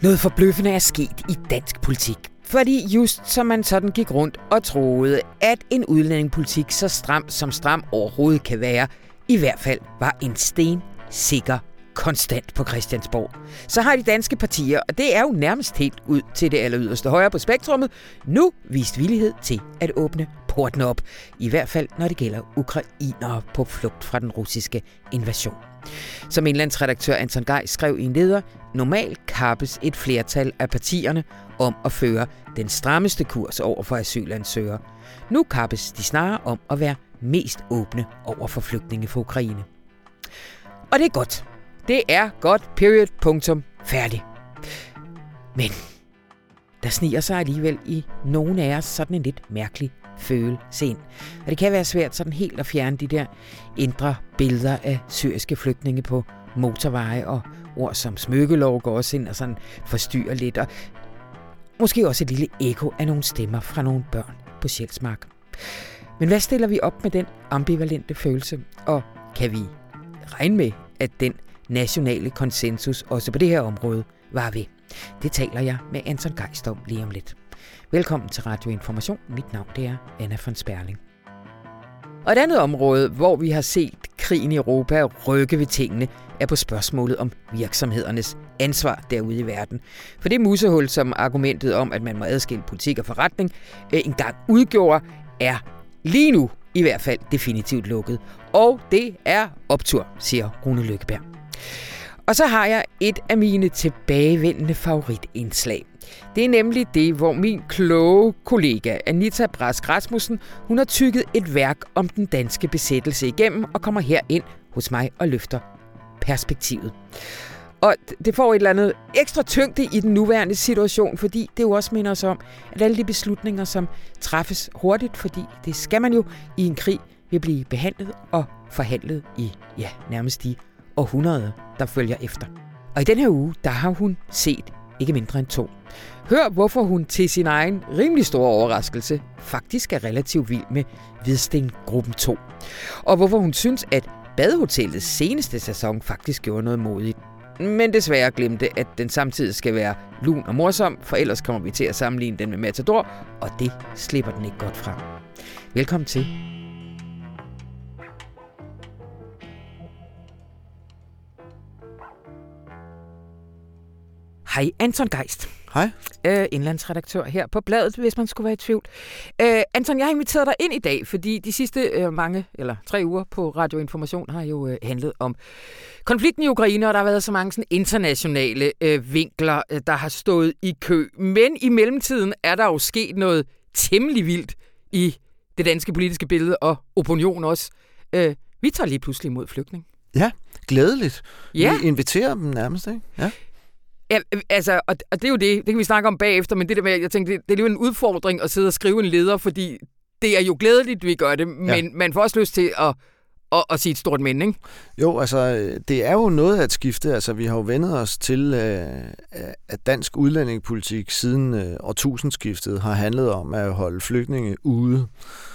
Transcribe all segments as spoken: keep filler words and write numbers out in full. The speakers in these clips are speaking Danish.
Noget forbløffende er sket i dansk politik. Fordi just som man sådan gik rundt og troede, at en udlændingepolitik så stram som stram overhovedet kan være, i hvert fald var en stensikker konstant på Christiansborg, så har de danske partier, og det er jo nærmest helt ud til det aller yderste højre på spektrummet, nu vist villighed til at åbne porten op. I hvert fald når det gælder ukrainere på flugt fra den russiske invasion. Som indlandsredaktør Anton Geis skrev i en leder, normalt kappes et flertal af partierne om at føre den strammeste kurs over for asylansøgere. Nu kappes de snarere om at være mest åbne over for flygtninge fra Ukraine. Og det er godt. Det er godt, period, punktum, færdig. Men der sniger sig alligevel i nogle af os sådan en lidt mærkelig følelse ind. Og det kan være svært sådan helt at fjerne de der indre billeder af syriske flygtninge på motorveje, og ord som smykkelov går også ind og sådan forstyrrer lidt, og måske også et lille ekko af nogle stemmer fra nogle børn på Sjælsmark. Men hvad stiller vi op med den ambivalente følelse, og kan vi regne med, at den nationale konsensus også på det her område var ved? Det taler jeg med Anton Geis om lige om lidt. Velkommen til Radio Information. Mit navn det er Anna von Sperling. Og et andet område, hvor vi har set krigen i Europa rykke ved tingene, er på spørgsmålet om virksomhedernes ansvar derude i verden. For det musehul, som argumentet om, at man må adskille politik og forretning, engang udgjorde, er lige nu i hvert fald definitivt lukket. Og det er optur, siger Rune Lykkeberg. Og så har jeg et af mine tilbagevendende favoritindslag. Det er nemlig det, hvor min kloge kollega Anita Brask Rasmussen, hun har tygget et værk om den danske besættelse igennem og kommer her ind hos mig og løfter perspektivet. Og det får et eller andet ekstra tyngde i den nuværende situation, fordi det jo også minder os om, at alle de beslutninger, som træffes hurtigt, fordi det skal man jo i en krig, vil blive behandlet og forhandlet i ja, nærmest de århundreder, der følger efter. Og i den her uge, der har hun set ikke mindre end to. Hør, hvorfor hun til sin egen rimelig store overraskelse faktisk er relativt vild med Hvidsten-gruppen to. Og hvorfor hun synes, at Badehotellets seneste sæson faktisk gjorde noget modigt. Men desværre glemte, at den samtidig skal være lun og morsom, for ellers kommer vi til at sammenligne den med Matador, og det slipper den ikke godt fra. Velkommen til. Hej, Anton Geist. Hej. Øh, indlandsredaktør her på bladet, hvis man skulle være i tvivl. Øh, Anton, jeg har inviteret dig ind i dag, fordi de sidste øh, mange, eller tre uger på Radio Information har jo øh, handlet om konflikten i Ukraine, og der har været så mange sådan, internationale øh, vinkler, øh, der har stået i kø. Men i mellemtiden er der jo sket noget temmelig vildt i det danske politiske billede, og opinion også. Øh, vi tager lige pludselig imod flygtning. Ja, glædeligt. Ja. Vi inviterer dem nærmest, ikke? Ja. Ja, altså, og, og det er jo det, det kan vi snakke om bagefter, men det der med, jeg tænkte, det, det er jo en udfordring at sidde og skrive en leder, fordi det er jo glædeligt, vi gør det, men ja. Man får også lyst til at, at, at sige et stort men, ikke? Jo, altså, det er jo noget at skifte. Altså, vi har jo vendet os til, at dansk udlændingepolitik siden årtusindskiftet har handlet om at holde flygtninge ude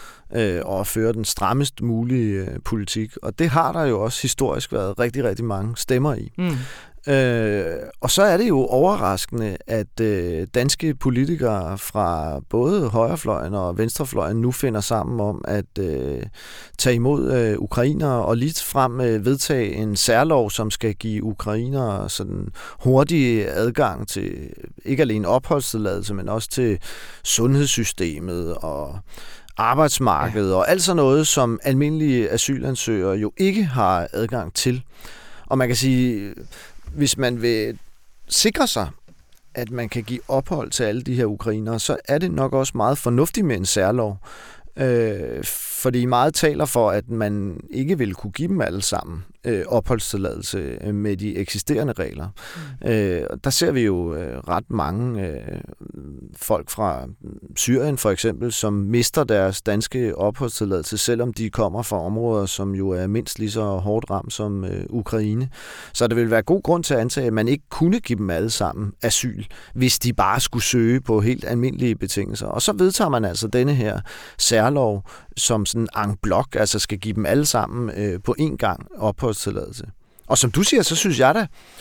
og at føre den strammest mulige politik. Og det har der jo også historisk været rigtig, rigtig mange stemmer i. Mm. Øh, og så er det jo overraskende, at øh, danske politikere fra både højrefløjen og venstrefløjen nu finder sammen om at øh, tage imod øh, ukrainere og lige frem øh, vedtage en særlov, som skal give ukrainere sådan hurtig adgang til ikke alene opholdstilladelse, men også til sundhedssystemet og arbejdsmarkedet, ja. Og alt sådan noget, som almindelige asylansøgere jo ikke har adgang til. Og man kan sige, hvis man vil sikre sig, at man kan give ophold til alle de her ukrainere, så er det nok også meget fornuftigt med en særlov. Øh, fordi meget taler for, at man ikke vil kunne give dem alle sammen øh, opholdstilladelse med de eksisterende regler. Mm. Øh, der ser vi jo øh, ret mange øh, folk fra Syrien for eksempel, som mister deres danske opholdstilladelse, selvom de kommer fra områder, som jo er mindst lige så hårdt ramt som øh, Ukraine. Så der vil være god grund til at antage, at man ikke kunne give dem alle sammen asyl, hvis de bare skulle søge på helt almindelige betingelser. Og så vedtager man altså denne her særlov, som sådan en blok, altså skal give dem alle sammen øh, på én gang opholdstilladelse. Og som du siger, så synes jeg da,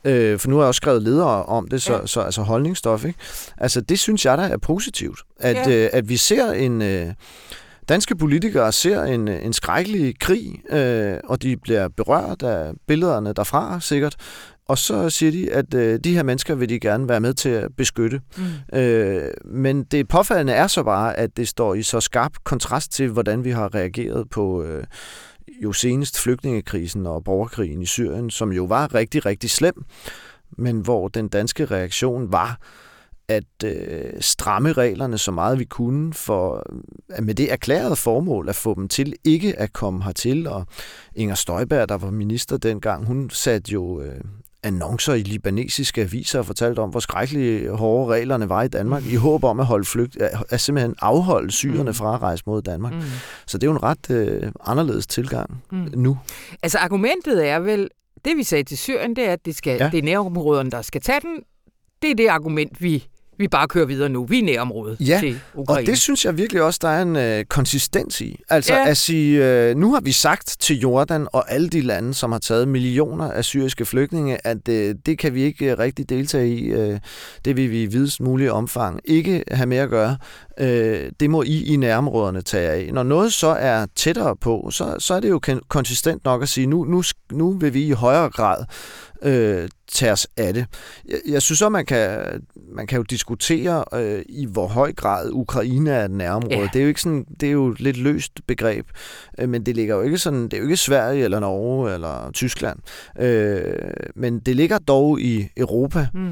Øh, for nu har jeg også skrevet ledere om det, så, ja. så altså holdningsstof, ikke? Altså, det synes jeg da er positivt. At, ja. øh, at vi ser en... Øh, danske politikere ser en, en skrækkelig krig, øh, og de bliver berørt af billederne derfra, sikkert. Og så siger de, at øh, de her mennesker vil de gerne være med til at beskytte. Mm. Øh, men det påfaldende er så bare, at det står i så skarp kontrast til, hvordan vi har reageret på øh, jo senest flygtningekrisen og borgerkrigen i Syrien, som jo var rigtig, rigtig slem, men hvor den danske reaktion var at øh, stramme reglerne så meget vi kunne, for at med det erklærede formål at få dem til ikke at komme hertil. Og Inger Støjberg, der var minister dengang, hun satte jo øh, annoncer i libanesiske aviser og fortalte om, hvor skrækkelige hårde reglerne var i Danmark, i håb om at holde flygt, at simpelthen afholde syrerne mm. fra at rejse mod Danmark. Mm. Så det er jo en ret øh, anderledes tilgang mm. nu. Altså argumentet er vel, det vi sagde til Syrien, det er, at det, skal, ja. det er nærområderne, der skal tage den. Det er det argument, vi Vi bare kører videre nu. Vi er nærområdet ja, til Ukraine. Og det synes jeg virkelig også, der er en øh, konsistens i. Altså ja. at sige, øh, nu har vi sagt til Jordan og alle de lande, som har taget millioner af syriske flygtninge, at øh, det kan vi ikke øh, rigtig deltage i. Øh, det vil vi i videst mulige omfang ikke have med at gøre. Øh, det må I i nærområderne tage af. Når noget så er tættere på, så, så er det jo konsistent nok at sige, nu, nu, nu vil vi i højere grad øh, tage os af det. Jeg, jeg synes også, man kan, man kan jo diskutere, øh, i hvor høj grad Ukraine er et nærområde. Ja. Det er jo ikke sådan, det er jo et lidt løst begreb, øh, men det ligger jo ikke sådan, det er jo ikke Sverige eller Norge eller Tyskland, øh, men det ligger dog i Europa. Mm.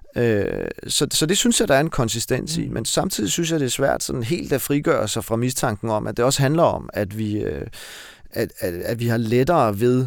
Øh, så, så det synes jeg, der er en konsistens i, mm. men samtidig synes jeg, det er svært sådan helt at frigøre sig fra mistanken om, at det også handler om, at vi, øh, at, at, at vi har lettere ved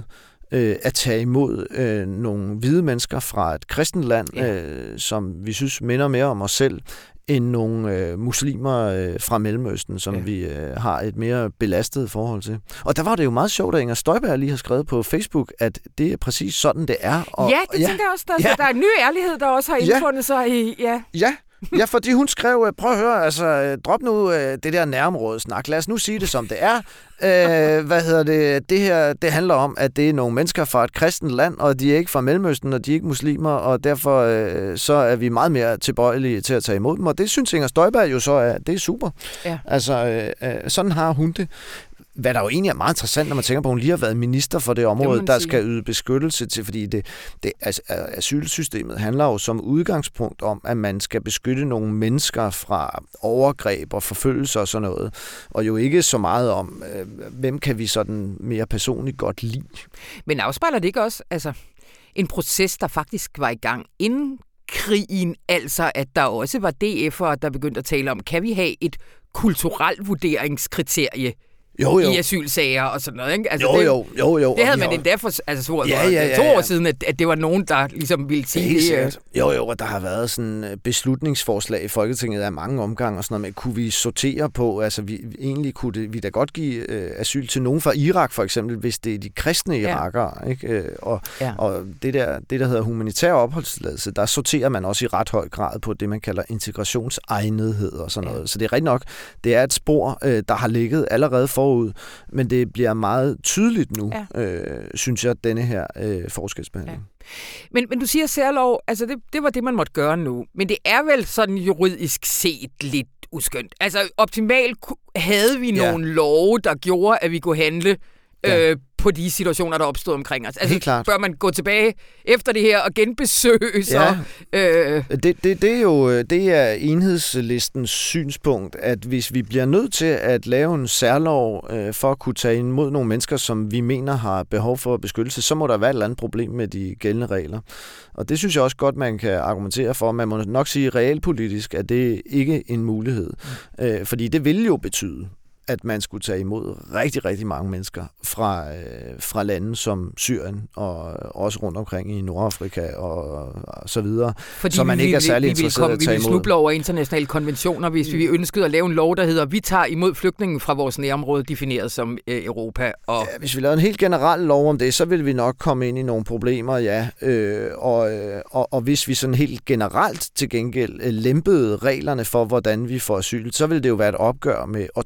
at tage imod øh, nogle hvide mennesker fra et kristent land, ja. øh, som vi synes minder mere om os selv, end nogle øh, muslimer øh, fra Mellemøsten, som ja. vi øh, har et mere belastet forhold til. Og der var det jo meget sjovt, at Inger Støjberg lige har skrevet på Facebook, at det er præcis sådan, det er. Og, ja, det ja, tænker jeg også. Der, ja. der er en ny ærlighed, der også har indfundet ja. sig i... Ja. ja. Ja, fordi hun skrev, prøv at høre, altså, drop nu øh, det der nærområdesnak. Lad os nu sige det, som det er. Øh, hvad hedder det? Det her, det handler om, at det er nogle mennesker fra et kristent land, og de er ikke fra Mellemøsten, og de er ikke muslimer, og derfor øh, så er vi meget mere tilbøjelige til at tage imod dem. Og det synes Inger Støjberg jo så er, det er super. Ja. Altså, øh, øh, sådan har hun det. Hvad der jo egentlig er meget interessant, når man tænker på, at hun lige har været minister for det område, det der sige. skal yde beskyttelse til, fordi det, det, altså, asylsystemet handler jo som udgangspunkt om, at man skal beskytte nogle mennesker fra overgreb og forfølgelse og sådan noget, og jo ikke så meget om, øh, hvem kan vi sådan mere personligt godt lide. Men afspejler det ikke også altså, en proces, der faktisk var i gang inden krigen, altså at der også var D F'ere, der begyndte at tale om, kan vi have et kulturelt vurderingskriterie Jo, jo. i asylsager og sådan noget, ikke? Altså, jo, det, jo, jo, jo. Det havde man endda for altså, så, ja, ja, ja, ja. to år siden, at, at det var nogen, der ligesom ville sige det. det. Jo, jo, og der har været sådan beslutningsforslag i Folketinget af mange omgange og sådan noget, men kunne vi sortere på, altså vi, egentlig kunne det, vi da godt give øh, asyl til nogen fra Irak for eksempel, hvis det er de kristne irakere, ja. ikke? Og, ja. og det, der, det, der hedder humanitær opholdstilladelse, der sorterer man også i ret høj grad på det, man kalder integrationsegnethed og sådan ja. noget. Så det er rigtig nok, det er et spor, øh, der har ligget allerede for forud, men det bliver meget tydeligt nu, ja. øh, synes jeg, denne her øh, forskelsbehandling. Ja. Men, men du siger særlov, altså det, det var det, man måtte gøre nu, men det er vel sådan juridisk set lidt uskyndt. Altså optimalt havde vi ja. nogle love, der gjorde, at vi kunne handle ja. øh, på de situationer, der opstod omkring os. Altså, bør man gå tilbage efter det her og genbesøge sig? Ja. Øh... Det, det, det er jo det er enhedslistens synspunkt, at hvis vi bliver nødt til at lave en særlov øh, for at kunne tage imod nogle mennesker, som vi mener har behov for beskyttelse, så må der være et eller andet problem med de gældende regler. Og det synes jeg også godt, man kan argumentere for. Man må nok sige realpolitisk, at det ikke er en mulighed. Mm. Øh, fordi det vil jo betyde, at man skulle tage imod rigtig, rigtig mange mennesker fra, øh, fra lande som Syrien og også rundt omkring i Nordafrika og, og så videre, fordi så man vi, ikke er særlig vi, interesseret vi, at tage imod. Vi vil snuble over internationale konventioner, hvis mm. vi ønskede at lave en lov, der hedder, vi tager imod flygtningen fra vores nærområde, defineret som øh, Europa. Og... Ja, hvis vi lavede en helt generel lov om det, så ville vi nok komme ind i nogle problemer, ja. Øh, og, og, og hvis vi sådan helt generelt til gengæld lempede reglerne for, hvordan vi får asyl, så ville det jo være et opgør med årtiers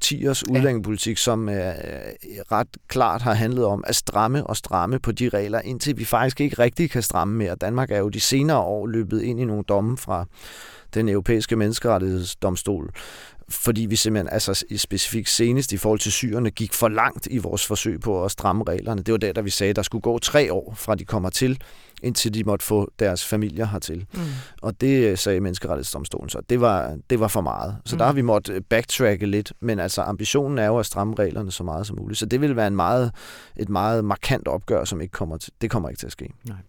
udlændingepolitik, som øh, ret klart har handlet om at stramme og stramme på de regler, indtil vi faktisk ikke rigtig kan stramme mere. Danmark er jo de senere år løbet ind i nogle domme fra den europæiske menneskerettighedsdomstol, fordi vi simpelthen, altså specifikt senest i forhold til syrerne, gik for langt i vores forsøg på at stramme reglerne. Det var der, da vi sagde, at der skulle gå tre år fra de kommer til, indtil de måtte få deres familier hertil. Mm. Og det sagde menneskerettighedsdomstolen så. Det var, det var for meget. Så mm. der har vi måttet backtracke lidt, men altså ambitionen er jo at stramme reglerne så meget som muligt. Så det vil være en meget, et meget markant opgør, som ikke kommer til, det kommer ikke til at ske. Nej.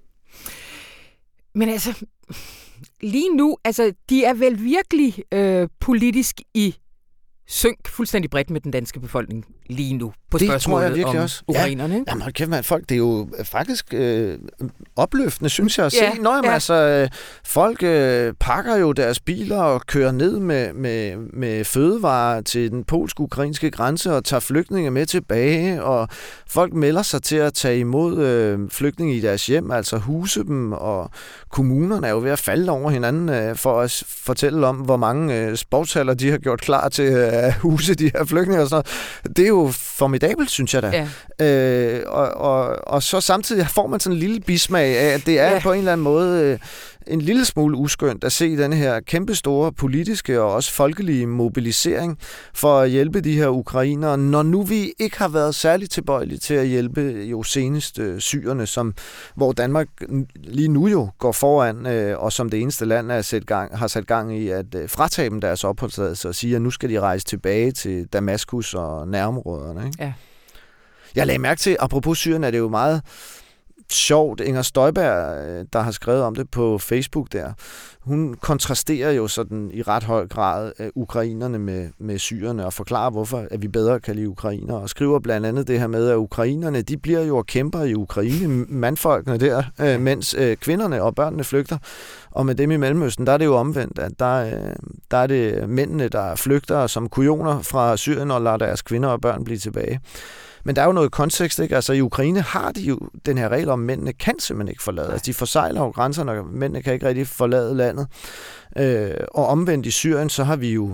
Men altså, lige nu, altså, de er vel virkelig øh, politisk i synk fuldstændig bredt med den danske befolkning lige nu på det spørgsmålet om også. ukrainerne. Ja. Jamen hold kæft, man, folk, det er jo faktisk øh, opløftende, synes jeg, at ja, se. Nå, jamen, ja. altså, øh, folk øh, pakker jo deres biler og kører ned med, med, med fødevarer til den polsk-ukrainske grænse og tager flygtninge med tilbage, og folk melder sig til at tage imod øh, flygtninge i deres hjem, altså huse dem, og kommunerne er jo ved at falde over hinanden øh, for at fortælle om, hvor mange øh, sportshaller de har gjort klar til at øh, huse de her flygtninge og sådan noget. Det er jo formidabelt, synes jeg da. Ja. Øh, og, og, og så samtidig får man sådan en lille bismag af, at det er ja. på en eller anden måde øh, en lille smule uskønt at se den her kæmpestore politiske og også folkelige mobilisering for at hjælpe de her ukrainere, når nu vi ikke har været særligt tilbøjelige til at hjælpe jo senest øh, syrerne, som, hvor Danmark lige nu jo går foran, øh, og som det eneste land er sat gang, har sat gang i at øh, fratage dem deres opholdstilladelse og sige, at nu skal de rejse tilbage til Damaskus og nærområderne. Ikke? Ja. Jeg lagde mærke til, apropos Syrien, er det jo meget sjovt. Inger Støjberg, der har skrevet om det på Facebook der, hun kontrasterer jo sådan i ret høj grad uh, ukrainerne med, med syrerne og forklarer, hvorfor at vi bedre kan lide ukrainer, og skriver blandt andet det her med, at ukrainerne, de bliver jo kæmper i Ukraine, mandfolkene der, uh, mens uh, kvinderne og børnene flygter. Og med dem i Mellemøsten, der er det jo omvendt, at der, uh, der er det mændene, der flygter som kujoner fra Syrien og lader deres kvinder og børn blive tilbage. Men der er jo noget kontekst, ikke? Altså i Ukraine har de jo den her regel om, at mændene kan simpelthen ikke forlade. Altså de forsejler jo grænserne, og mændene kan ikke rigtig forlade landet. Øh, og omvendt i Syrien, så har vi jo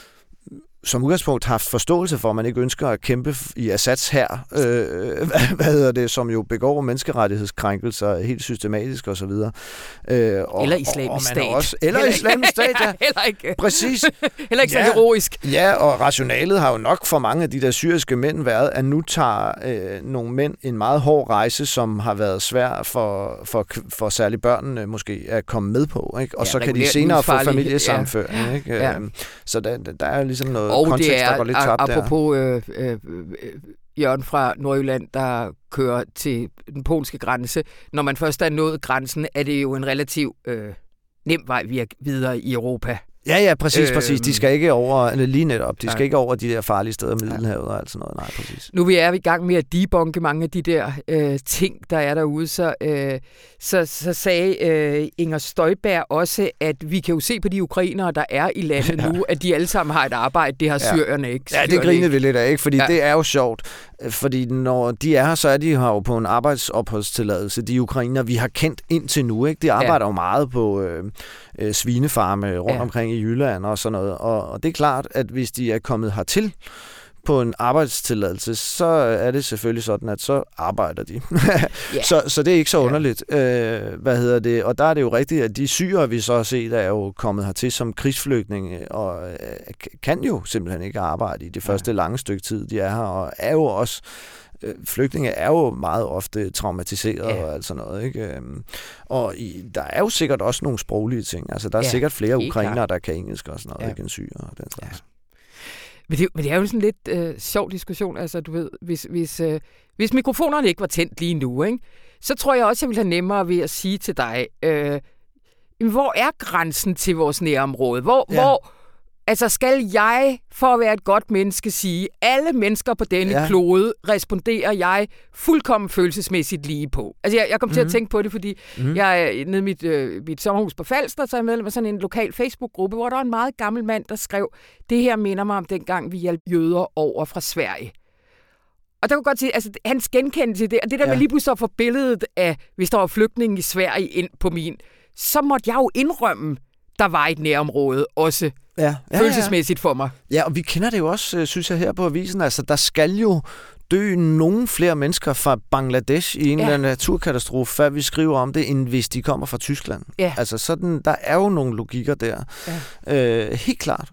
som udgangspunkt haft forståelse for, at man ikke ønsker at kæmpe i Assads hær, øh, hvad, hvad hedder det, som jo begår menneskerettighedskrænkelser helt systematisk osv. Øh, eller islamisk stat. Også, eller islamisk stat, ja. Heller ikke. Præcis. Heller ikke så ja, heroisk. Ja, og rationalet har jo nok for mange af de der syriske mænd været, at nu tager øh, nogle mænd en meget hård rejse, som har været svær for, for, for særligt børnene måske at komme med på, ikke? Og ja, så kan de senere få familiesammenføring. Ja. Ikke? Ja. Så der, der er ligesom noget og kontekst, det er, der går lidt tabt der. Apropos øh, øh, Jørgen fra Nordjylland, der kører til den polske grænse. Når man først er nået grænsen, er det jo en relativt øh, nem vej videre i Europa. Ja, ja, præcis, præcis. De skal ikke over, eller lige netop, de skal ja. ikke over de der farlige steder, Middelhavet og alt sådan noget. Nej, præcis. Nu vi er i gang med at debunke mange af de der øh, ting, der er derude, så, øh, så, så sagde øh, Inger Støjberg også, at vi kan jo se på de ukrainere, der er i landet ja. nu, at de alle sammen har et arbejde. Det har ja. syrerne ikke. Syrerne ja, det griner vi lidt af, ikke? Fordi ja. det er jo sjovt. Fordi når de er her, så er de her jo på en arbejdsopholdstilladelse, de ukrainere, vi har kendt indtil nu, ikke? De arbejder ja. jo meget på øh, øh, svinefarme rundt ja. omkring i Jylland og sådan noget. Og, og det er klart, at hvis de er kommet hertil på en arbejdstilladelse, så er det selvfølgelig sådan, at så arbejder de. yeah. så, så det er ikke så underligt. Yeah. Øh, hvad hedder det? Og der er det jo rigtigt, at de syre, vi så har set, er jo kommet hertil som krigsflygtninge, og øh, kan jo simpelthen ikke arbejde i det første yeah. lange stykke tid, de er her, og er jo også flygtninge er jo meget ofte traumatiseret ja. og alt sådan noget, ikke? Og i, der er jo sikkert også nogle sproglige ting. Altså, der er ja, sikkert flere ukrainere, der kan engelsk og sådan noget, ja. ikke en syre og den slags. Ja. Men, det, men det er jo sådan lidt øh, sjov diskussion. Altså, du ved, hvis, hvis, øh, hvis mikrofonerne ikke var tændt lige nu, ikke, så tror jeg også, jeg ville have nemmere ved at sige til dig, øh, hvor er grænsen til vores nærområde? Hvor, ja. hvor Altså skal jeg, for at være et godt menneske, sige, alle mennesker på denne ja. klode responderer jeg fuldkommen følelsesmæssigt lige på. Altså jeg, jeg kom mm-hmm. til at tænke på det, fordi mm-hmm. jeg er nede i mit, øh, mit sommerhus på Falster, så er jeg medlem af sådan en lokal Facebook-gruppe, hvor der var en meget gammel mand, der skrev, det her minder mig om dengang, vi hjalp jøder over fra Sverige. Og der kunne godt sige, altså hans genkendelse det, og det der ja. med lige pludselig at få billedet af, hvis der var flygtninge i Sverige ind på min, så måtte jeg jo indrømme, der var et nærområde også ja, ja, følelsesmæssigt for mig. Ja, og vi kender det jo også, synes jeg, her på avisen. Altså, der skal jo dø nogle flere mennesker fra Bangladesh i en ja. eller anden naturkatastrofe, før vi skriver om det, end hvis de kommer fra Tyskland. Ja. Altså, sådan, der er jo nogle logikker der. Ja. Øh, helt klart.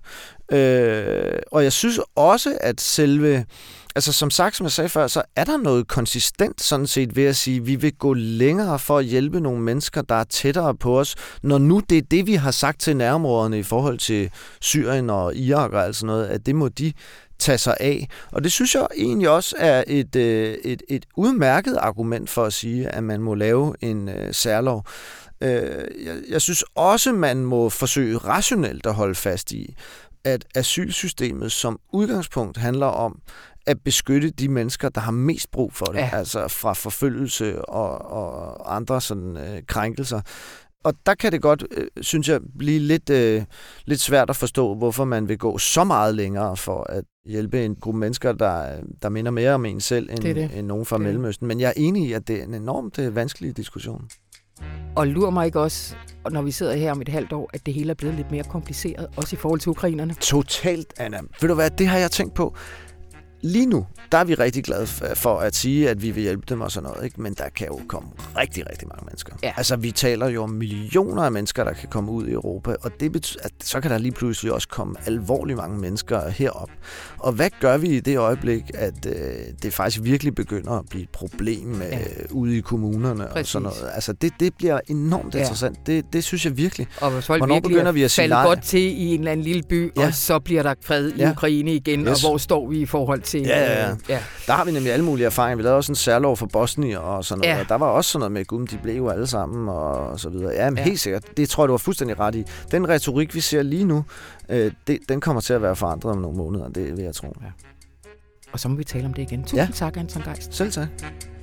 Øh, og jeg synes også, at selve... Altså som sagt, som jeg sagde før, så er der noget konsistent sådan set ved at sige, at vi vil gå længere for at hjælpe nogle mennesker, der er tættere på os, når nu det er det, vi har sagt til nærområderne i forhold til Syrien og Irak og alt sådan noget, at det må de tage sig af. Og det synes jeg egentlig også er et, et, et udmærket argument for at sige, at man må lave en uh, særlov. Uh, jeg, jeg synes også, man må forsøge rationelt at holde fast i, at asylsystemet som udgangspunkt handler om at beskytte de mennesker, der har mest brug for det, ja. altså fra forfølgelse og, og andre sådan øh, krænkelser. Og der kan det godt, øh, synes jeg, blive lidt, øh, lidt svært at forstå, hvorfor man vil gå så meget længere for at hjælpe en gruppe mennesker, der, der minder mere om en selv, end, det det. end nogen fra det. Mellemøsten. Men jeg er enig i, at det er en enormt øh, vanskelig diskussion. Og lurer mig ikke også, når vi sidder her om et halvt år, at det hele er blevet lidt mere kompliceret, også i forhold til ukrainerne? Totalt, Anna. Ved du hvad, det har jeg tænkt på. Lige nu, der er vi rigtig glade for at sige, at vi vil hjælpe dem og sådan noget, ikke? Men der kan jo komme rigtig, rigtig mange mennesker. Ja. Altså, vi taler jo om millioner af mennesker, der kan komme ud i Europa, og det betyder, at så kan der lige pludselig også komme alvorligt mange mennesker herop. Og hvad gør vi i det øjeblik, at øh, det faktisk virkelig begynder at blive et problem øh, ja. ude i kommunerne Præcis. og sådan noget? Altså, det, det bliver enormt interessant. Ja. Det, det synes jeg virkelig. Og hvis folk Hvornår virkelig begynder vi at falde godt til i en eller anden lille by, ja. og så bliver der fred i ja. Ukraine igen, yes. og hvor står vi i forhold til Ja, ja, ja. ja. Der har vi nemlig alle mulige erfaringer. Vi lavede også en særlov for Bosnien og sådan noget. Ja. Og der var også sådan noget med, gud, de blev jo alle sammen og så videre. Ja, men ja. helt sikkert. Det tror jeg, du var fuldstændig ret i. Den retorik, vi ser lige nu, øh, det, den kommer til at være forandret om nogle måneder. Det vil jeg tro. Ja. Og så må vi tale om det igen. Tusind ja. tak, Anton Geist. Selv tak.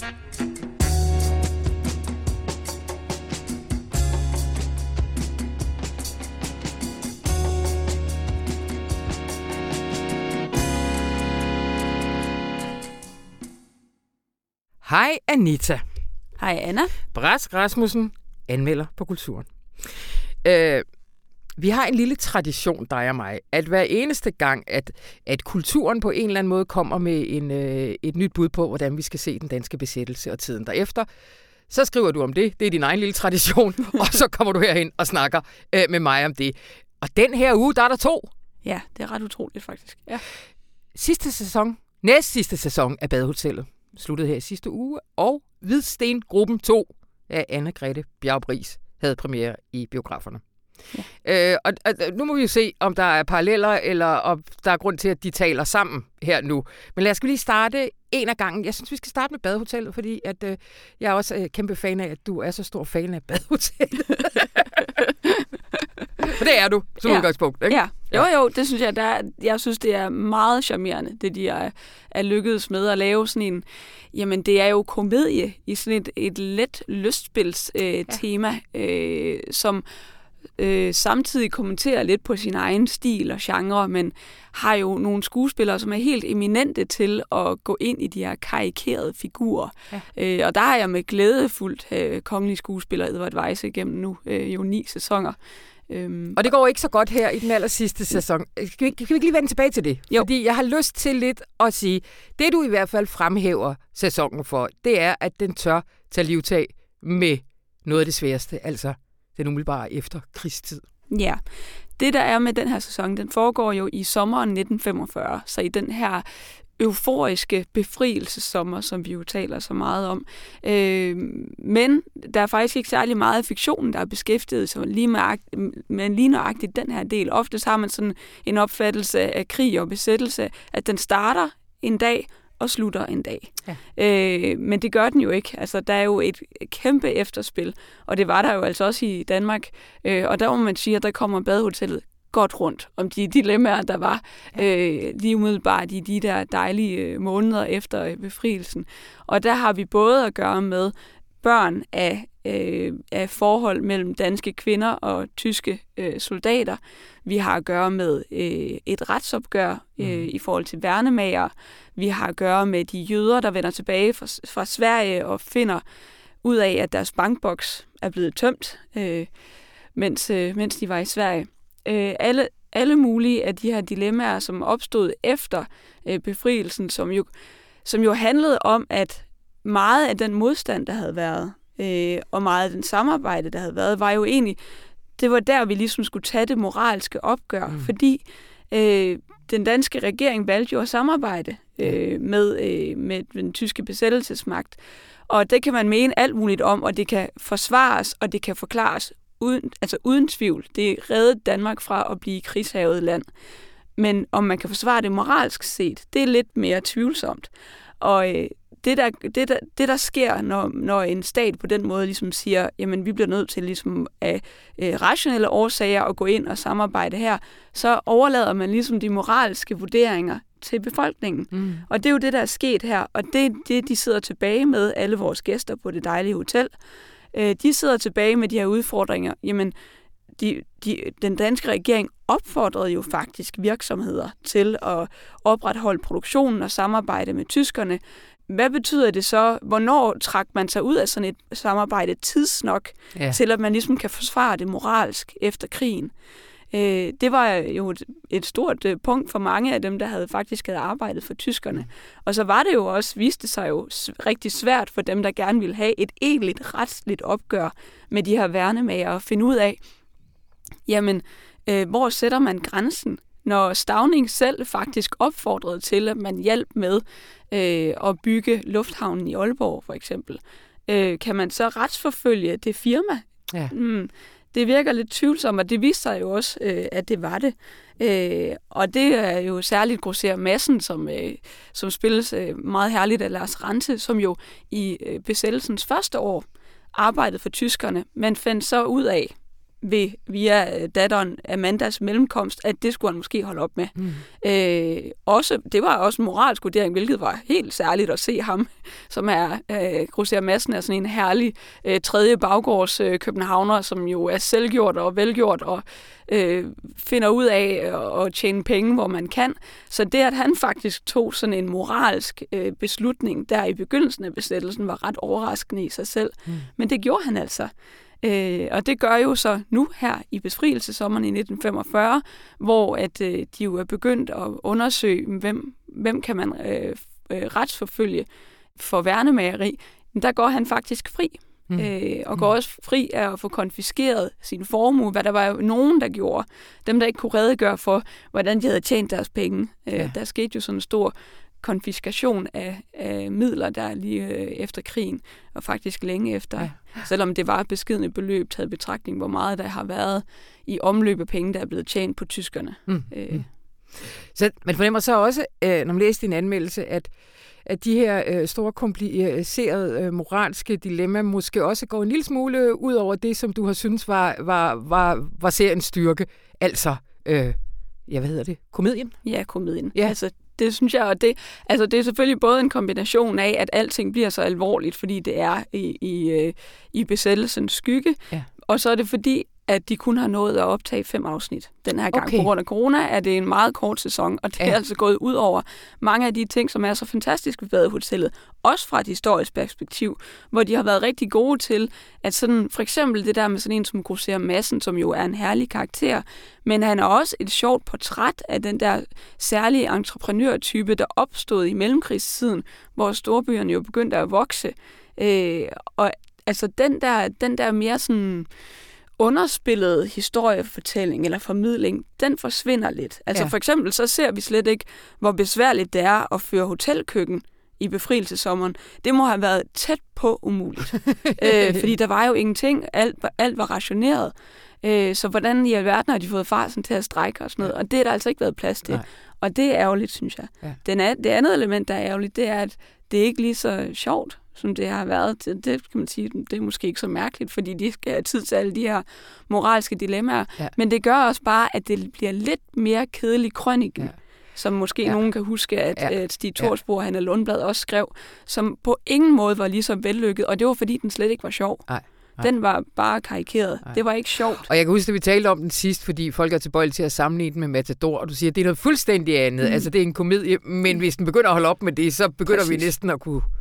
Hej Anita. Hej Anna. Brask Rasmussen, anmelder på Kulturen. Øh, vi har en lille tradition, dig og mig, at hver eneste gang, at, at Kulturen på en eller anden måde kommer med en, øh, et nyt bud på, hvordan vi skal se den danske besættelse og tiden derefter, så skriver du om det. Det er din egen lille tradition. Og så kommer du herhen og snakker øh, med mig om det. Og den her uge, der er der to. Ja, det er ret utroligt faktisk. Ja. Sidste sæson, næst sidste sæson af Badehotellet, sluttede her i sidste uge, og Hvidsten-gruppen to af Anne-Grethe Bjarup-Riis havde premiere i biograferne. Ja. Øh, og, og nu må vi jo se, om der er paralleller, eller om der er grund til, at de taler sammen her nu. Men lad os lige starte en af gangen. Jeg synes, vi skal starte med Badehotellet, fordi at, øh, jeg er også øh, kæmpe fan af, at du er så stor fan af Badehotellet. For det er du, som ja. udgangspunkt, ikke? Ja. Jo, jo, det synes jeg, der er, jeg synes, det er meget charmerende, det de er, er lykkedes med at lave sådan en, jamen det er jo komedie i sådan et, et let lystspils øh, ja. tema, øh, som øh, samtidig kommenterer lidt på sin egen stil og genre, men har jo nogle skuespillere, som er helt eminente til at gå ind i de her karikerede figurer. Ja. Øh, og der har jeg med glæde fulgt øh, kongelige skuespiller Edvard Weisse igennem nu øh, jo ni sæsoner. Øhm, og det går ikke så godt her i den aller sidste sæson. Kan vi, kan vi ikke lige vende tilbage til det? Jo. Fordi jeg har lyst til lidt at sige, det du i hvert fald fremhæver sæsonen for, det er, at den tør tage livtag med noget af det sværeste, altså den umiddelbare efterkrigstid. Ja, det der er med den her sæson, den foregår jo i sommeren nitten femogfyrre, så i den her euforiske befrielsessommer, som vi jo taler så meget om. Øh, men der er faktisk ikke særlig meget af fiktionen, der er beskæftiget sig lige med, med lige nøjagtigt den her del. Oftest har man sådan en opfattelse af krig og besættelse, at den starter en dag og slutter en dag. Ja. Øh, men det gør den jo ikke. Altså, der er jo et kæmpe efterspil, og det var der jo altså også i Danmark. Øh, og der må man sige, at der kommer Badehotellet godt rundt om de dilemmaer, der var øh, lige umiddelbart i de der dejlige øh, måneder efter øh, befrielsen. Og der har vi både at gøre med børn af, øh, af forhold mellem danske kvinder og tyske øh, soldater. Vi har at gøre med øh, et retsopgør øh, mm. i forhold til værnemager. Vi har at gøre med de jøder, der vender tilbage fra, fra Sverige og finder ud af, at deres bankboks er blevet tømt. Øh, mens, øh, mens de var i Sverige. Øh, alle, alle mulige af de her dilemmaer, som opstod efter øh, befrielsen, som jo, som jo handlede om, at meget af den modstand, der havde været, øh, og meget af den samarbejde, der havde været, var jo egentlig, det var der, vi ligesom skulle tage det moralske opgør, mm. fordi øh, den danske regering valgte jo at samarbejde øh, med, øh, med den tyske besættelsesmagt. Og det kan man mene alt muligt om, og det kan forsvares, og det kan forklares uden, altså uden tvivl. Det reddede Danmark fra at blive krigshavet land. Men om man kan forsvare det moralsk set, det er lidt mere tvivlsomt. Og øh, det, der, det, der, det, der sker, når, når en stat på den måde ligesom siger, jamen vi bliver nødt til ligesom af øh, rationelle årsager at gå ind og samarbejde her, så overlader man ligesom de moralske vurderinger til befolkningen. Mm. Og det er jo det, der er sket her, og det er det, de sidder tilbage med, alle vores gæster på det dejlige hotel. Øh, de sidder tilbage med de her udfordringer. Jamen, de, de, den danske regering opfordrede jo faktisk virksomheder til at opretholde produktionen og samarbejde med tyskerne. Hvad betyder det så? Hvornår trak man sig ud af sådan et samarbejde tidsnok, ja. til at man ligesom kan forsvare det moralsk efter krigen? Øh, det var jo et, et stort øh, punkt for mange af dem, der havde faktisk havde arbejdet for tyskerne. Og så var det jo også, viste sig jo rigtig svært for dem, der gerne ville have et egentligt retsligt opgør med de her værnemager og finde ud af, jamen, øh, hvor sætter man grænsen, når Stauning selv faktisk opfordrede til, at man hjalp med øh, at bygge lufthavnen i Aalborg, for eksempel. Øh, kan man så retsforfølge det firma? Ja. Mm. Det virker lidt tvivlsomt, og det viste sig jo også, øh, at det var det. Øh, og det er jo særligt Grosserer Madsen, som, øh, som spilles øh, meget herligt af Lars Ranthe, som jo i øh, besættelsens første år arbejdede for tyskerne, men fandt så ud af, ved, via datteren Amandas mellemkomst, at det skulle han måske holde op med. Mm. Øh, også, det var også en moralsk vurdering, hvilket var helt særligt at se ham, som er øh, Grosserer Madsen er sådan en herlig øh, tredje baggårds øh, københavner, som jo er selvgjort og velgjort og øh, finder ud af at, at tjene penge, hvor man kan. Så det, at han faktisk tog sådan en moralsk øh, beslutning der i begyndelsen af besættelsen, var ret overraskende i sig selv. Mm. Men det gjorde han altså. Øh, og det gør jo så nu her i befrielsessommeren i nitten femogfyrre, hvor at øh, de jo er begyndt at undersøge, hvem, hvem kan man øh, øh, retsforfølge for værnemageri. Der går han faktisk fri, mm. øh, og går også fri af at få konfiskeret sin formue, hvad der var jo nogen, der gjorde. Dem, der ikke kunne redegøre for, hvordan de havde tjent deres penge. Øh, ja. Der skete jo sådan en stor konfiskation af, af midler, der lige øh, efter krigen, og faktisk længe efter. Ja. Selvom det var et beskedne beløb, taget betragtning, hvor meget der har været i omløb af penge, der er blevet tjent på tyskerne. Mm. Øh. Mm. Så man fornemmer så også, øh, når man læser din anmeldelse, at, at de her øh, store komplicerede øh, moralske dilemmaer måske også går en lille smule ud over det, som du har syntes var, var, var, var seriens styrke. Altså, øh, ja, hvad hedder det? Komedien? Ja, komedien. Ja. Altså, det synes jeg, og det, altså det er selvfølgelig både en kombination af, at alting bliver så alvorligt, fordi det er i, i, i besættelsens skygge, ja. Og så er det fordi, at de kun har nået at optage fem afsnit den her gang. Okay. På grund af corona er det en meget kort sæson, og det ja. er altså gået ud over mange af de ting, som er så fantastisk ved Badehotellet, også fra et historisk perspektiv, hvor de har været rigtig gode til, at sådan, for eksempel det der med sådan en som Grosserer Madsen, som jo er en herlig karakter, men han er også et sjovt portræt af den der særlige entreprenørtype, der opstod i mellemkrigstiden, hvor storbyerne jo begyndte at vokse. Øh, og altså den der, den der mere sådan underspillede historiefortælling eller formidling, den forsvinder lidt. Altså ja. For eksempel så ser vi slet ikke, hvor besværligt det er at føre hotelkøkken i befrielsessommeren. Det må have været tæt på umuligt. øh, fordi der var jo ingenting. Alt, alt var rationeret. Øh, så hvordan i alverden har de fået farsen til at strække og sådan noget? Og det er der altså ikke været plads til. Nej. Og det er ærgerligt, synes jeg. Ja. Den er, det andet element, der er ærgerligt, det er, at det er ikke lige så sjovt, som det har været. Det kan man sige, det er måske ikke så mærkeligt, fordi de skal have tid til alle de her moralske dilemmaer. Ja. Men det gør også bare, at det bliver lidt mere kedelig krøniken, ja. Som måske ja. nogen kan huske, at, ja. at Stig Thorsborg, ja. Hanne Lundblad også skrev, som på ingen måde var lige så vellykket, og det var fordi, den slet ikke var sjov. Nej. Den var bare karikeret. Nej. Det var ikke sjovt. Og jeg kan huske, at vi talte om den sidst, fordi folk er tilbøjelige til at sammenligne den med Matador, og du siger, at det er noget fuldstændig andet. Mm. Altså, det er en komedie, men hvis den begynder at holde op med det, så begynder Præcis. vi næsten at kunne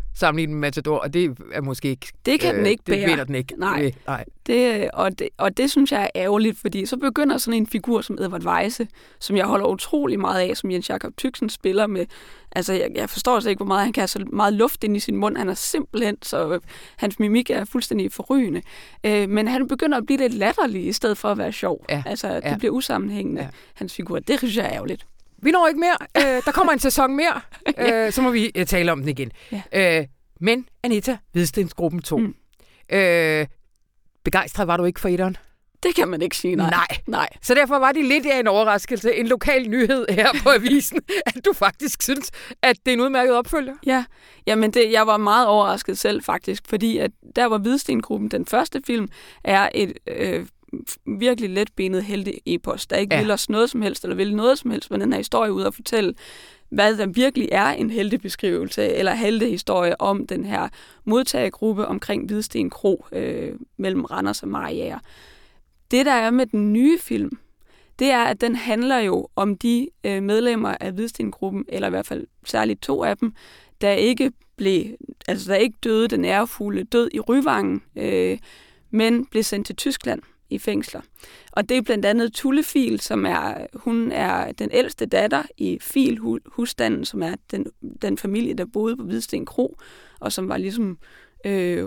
sammenlignet med Matador, og det er måske ikke... Det kan øh, den ikke bære. Det vinder den ikke. Nej, det, nej. Det, og, det, og det synes jeg er ærgerligt, fordi så begynder sådan en figur som Edvard Weisse, som jeg holder utrolig meget af, som Jens Jakob Tychsen spiller med. Altså, jeg, jeg forstår altså ikke, hvor meget han kan have så meget luft ind i sin mund. Han er simpelthen, så øh, hans mimik er fuldstændig forrygende. Øh, men han begynder at blive lidt latterlig, i stedet for at være sjov. Ja. Altså, det ja. bliver usammenhængende, ja. hans figur. Det synes jeg er ærgerligt. Vi når ikke mere. Øh, der kommer en sæson mere. ja. øh, så må vi uh, tale om den igen. Ja. Øh, men Anita, Hvidstengruppen to. Mm. Øh, begejstret var du ikke for etteren? Det kan man ikke sige, nej. nej. nej. Så derfor var det lidt af en overraskelse, en lokal nyhed her på avisen, at du faktisk synes, at det er en udmærket opfølger. Ja, jamen det, jeg var meget overrasket selv faktisk, fordi at der var Hvidstengruppen, den første film, er et øh, virkelig letbenet helte-epos, der ikke ja. vil os noget som helst, eller vil noget som helst med den her historie ud og fortælle, hvad der virkelig er en heltebeskrivelse eller heltehistorie om den her modtagergruppe omkring Hvidsten Kro øh, mellem Randers og Mariager. Det, der er med den nye film, det er, at den handler jo om de øh, medlemmer af Hvidstengruppen, eller i hvert fald særligt to af dem, der ikke blev, altså der ikke døde den ærefulde død i Ryvangen, øh, men blev sendt til Tyskland i fængsler. Og det er blandt andet Tulle Fiel, som er, hun er den ældste datter i Fiel-husstanden, som er den, den familie, der boede på Hvidsten Kro, og som var ligesom øh,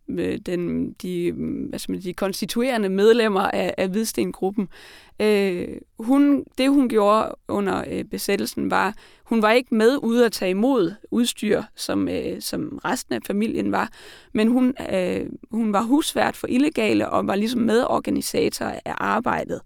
den, de, hvad skal man sige, de konstituerende medlemmer af, af Hvidstengruppen. Øh, hun, det hun gjorde under øh, besættelsen var, hun var ikke med ude at tage imod udstyr, som, øh, som resten af familien var, men hun, øh, hun var husvært for illegale og var ligesom medorganisator af arbejdet.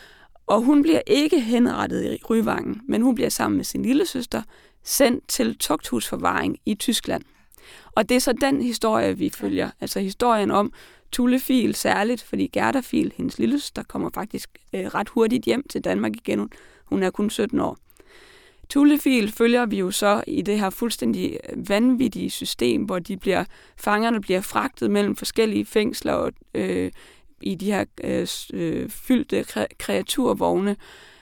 Og hun bliver ikke henrettet i Ryvangen, men hun bliver sammen med sin lillesøster sendt til tugthusforvaring i Tyskland. Og det er så den historie, vi følger. Altså historien om Tulle Fiel særligt, fordi Gerda Fiel, hendes lillesøster, kommer faktisk øh, ret hurtigt hjem til Danmark igen. Hun er kun sytten år. Tulle Fiel følger vi jo så i det her fuldstændig vanvittige system, hvor de bliver, fangerne bliver fragtet mellem forskellige fængsler og øh, i de her øh, fyldte kreaturvogne.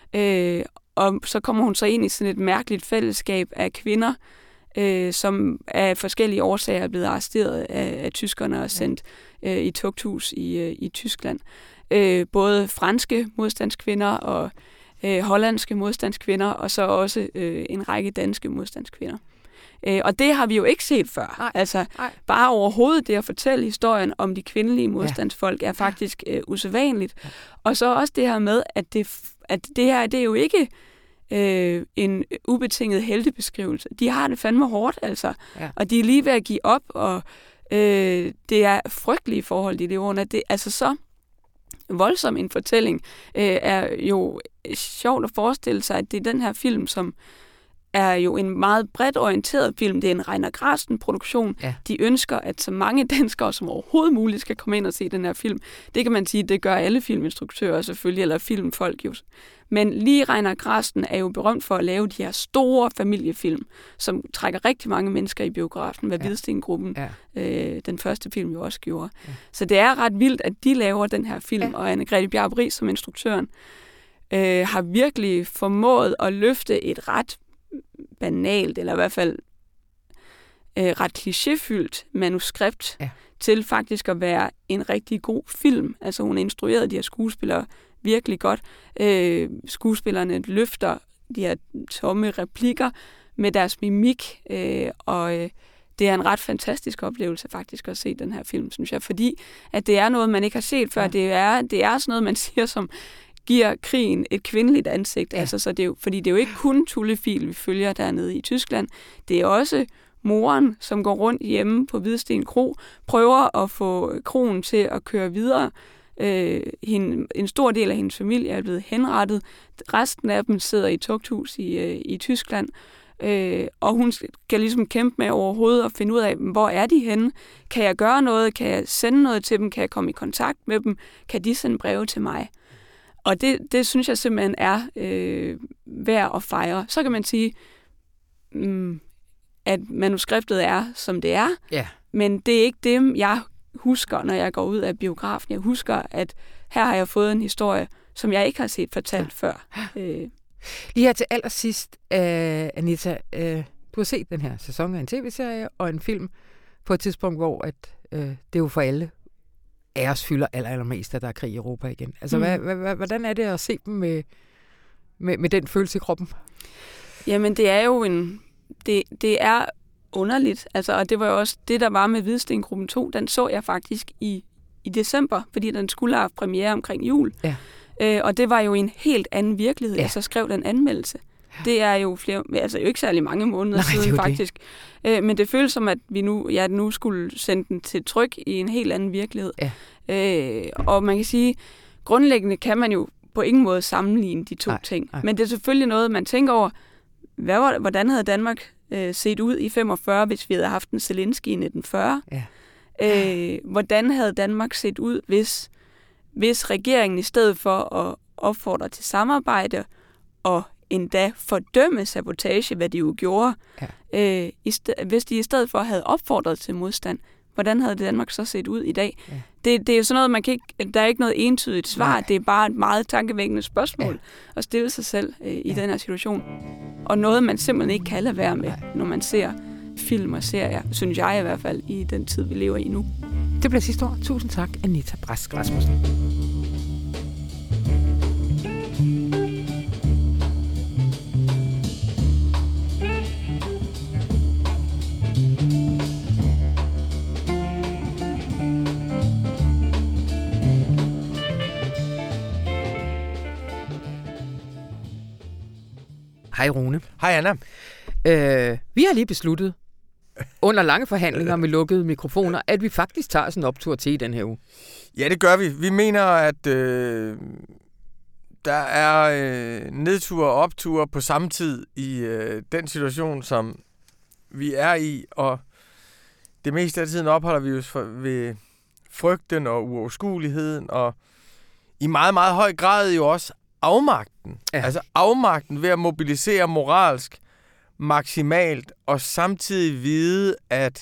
Øh, og så kommer hun så ind i sådan et mærkeligt fællesskab af kvinder, øh, som af forskellige årsager er blevet arresteret af, af tyskerne og sendt øh, i tugthus i, øh, i Tyskland. Øh, både franske modstandskvinder og øh, hollandske modstandskvinder, og så også øh, en række danske modstandskvinder. Øh, og det har vi jo ikke set før. Nej, altså, nej. Bare overhovedet det at fortælle historien om de kvindelige modstandsfolk ja. er faktisk øh, usædvanligt. Ja. Og så også det her med, at det, at det her, det er jo ikke øh, en ubetinget heltebeskrivelse. De har det fandme hårdt, altså. Ja. Og de er lige ved at give op, og øh, det er frygtelige forhold, de lever under. Det, altså så voldsom en fortælling øh, er jo sjovt at forestille sig, at det er den her film, som er jo en meget bredt orienteret film. Det er en Reiner Grasten-produktion. Ja. De ønsker, at så mange danskere som overhovedet muligt skal komme ind og se den her film. Det kan man sige, det gør alle filminstruktører selvfølgelig, eller filmfolk jo. Men lige Reiner Grasten er jo berømt for at lave de her store familiefilm, som trækker rigtig mange mennesker i biografen, hvad ja. Hvidstengruppen, ja. øh, den første film jo også gjorde. Ja. Så det er ret vildt, at de laver den her film, ja. og Anne-Grethe Bjarup Riis som instruktøren øh, har virkelig formået at løfte et ret banalt, eller i hvert fald øh, ret klichéfyldt manuskript ja. til faktisk at være en rigtig god film. Altså hun instruerede de her skuespillere virkelig godt. Øh, skuespillerne løfter de her tomme replikker med deres mimik, øh, og øh, det er en ret fantastisk oplevelse faktisk at se den her film, synes jeg, fordi at det er noget, man ikke har set før. Ja. Det er, det er sådan noget, man siger som giver krigen et kvindeligt ansigt. Ja. Altså, så det er jo, fordi det er jo ikke kun Tulle Fiel, vi følger dernede i Tyskland. Det er også moren, som går rundt hjemme på Hvidsten Kro, prøver at få kroen til at køre videre. Øh, hende, en stor del af hendes familie er blevet henrettet. Resten af dem sidder i tugthus i, øh, i Tyskland. Øh, og hun skal ligesom kæmpe med overhovedet og finde ud af, hvor er de henne? Kan jeg gøre noget? Kan jeg sende noget til dem? Kan jeg komme i kontakt med dem? Kan de sende breve til mig? Og det, det synes jeg simpelthen er øh, værd at fejre. Så kan man sige, mm, at manuskriptet er, som det er, ja. men det er ikke det, jeg husker, når jeg går ud af biografen. Jeg husker, at her har jeg fået en historie, som jeg ikke har set fortalt ja. før. Øh. Lige her til allersidst, uh, Anita, uh, du du har set den her sæson af en tv-serie og en film på et tidspunkt, hvor at, øh, det er jo for alle af os fylder aller, allermest, at der er krig i Europa igen. Altså, mm. hvad, hvad, hvordan er det at se dem med, med, med den følelse i kroppen? Jamen, det er jo en... Det, det er underligt, altså, og det var jo også det, der var med Hvidstengruppen to. Den så jeg faktisk i, i december, fordi den skulle have premiere omkring jul. Ja. Øh, og det var jo en helt anden virkelighed, ja. Jeg så skrev den anmeldelse. Ja. Det er jo flere, altså jo ikke særlig mange måneder Nej, siden faktisk. Øh, men det føles som, at vi nu, jeg nu skulle sende den til tryk i en helt anden virkelighed. Ja. Øh, og man kan sige, grundlæggende kan man jo på ingen måde sammenligne de to nej, ting. Nej. Men det er selvfølgelig noget, man tænker over, hvad var, hvordan havde Danmark øh, set ud i femogfyrre, hvis vi havde haft en Zelensky i nitten fyrre? Ja. Øh, hvordan havde Danmark set ud, hvis, hvis regeringen i stedet for at opfordre til samarbejde og endda fordømme sabotage, hvad de jo gjorde, ja. øh, i st- hvis de i stedet for havde opfordret til modstand, hvordan havde Danmark så set ud i dag? Ja. Det, det er jo sådan noget, man kan ikke, der er ikke noget entydigt svar, Nej. Det er bare et meget tankevækkende spørgsmål ja. At stille sig selv øh, i ja. Den her situation. Og noget, man simpelthen ikke kan lade være med, Nej. Når man ser film og serier, synes jeg i hvert fald, i den tid, vi lever i nu. Det bliver sidste år. Tusind tak, Anita Brask Rasmussen. Hej Rune. Hej Anna. Øh, vi har lige besluttet, under lange forhandlinger med lukkede mikrofoner, at vi faktisk tager sådan en optur til i den her uge. Ja, det gør vi. Vi mener, at øh, der er øh, nedture og opture på samme tid i øh, den situation, som vi er i, og det meste af tiden opholder vi os ved frygten og uoverskueligheden, og i meget, meget høj grad jo også afmagten. Ja. Altså afmagten ved at mobilisere moralsk maksimalt, og samtidig vide, at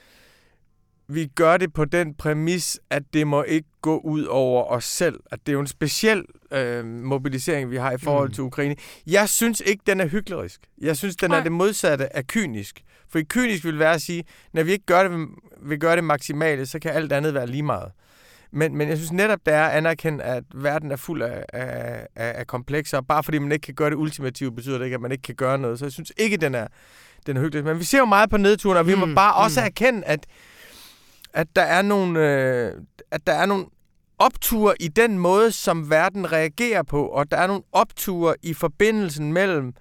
vi gør det på den præmis, at det må ikke gå ud over os selv. At det er jo en speciel øh, mobilisering, vi har i forhold mm. til Ukraine. Jeg synes ikke, den er hyklerisk. Jeg synes, den er det modsatte af kynisk. For i kynisk vil være at sige, når vi ikke gør det, vil gøre det maksimale, så kan alt andet være lige meget. Men, men jeg synes netop, det er at anerkende, at verden er fuld af, af, af komplekser, og bare fordi man ikke kan gøre det ultimative, betyder det ikke, at man ikke kan gøre noget. Så jeg synes ikke, den er, den er hyggelig. Men vi ser jo meget på nedturen, og vi mm, må bare mm. også erkende, at, at, der er nogle, øh, at der er nogle opture i den måde, som verden reagerer på, og der er nogle opture i forbindelsen mellem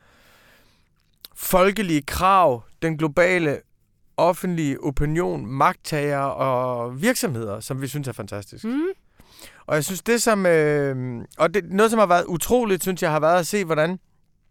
folkelige krav, den globale offentlige opinion, magttager og virksomheder, som vi synes er fantastisk. Mm. Og jeg synes det som øh, og det noget som har været utroligt, synes jeg har været at se hvordan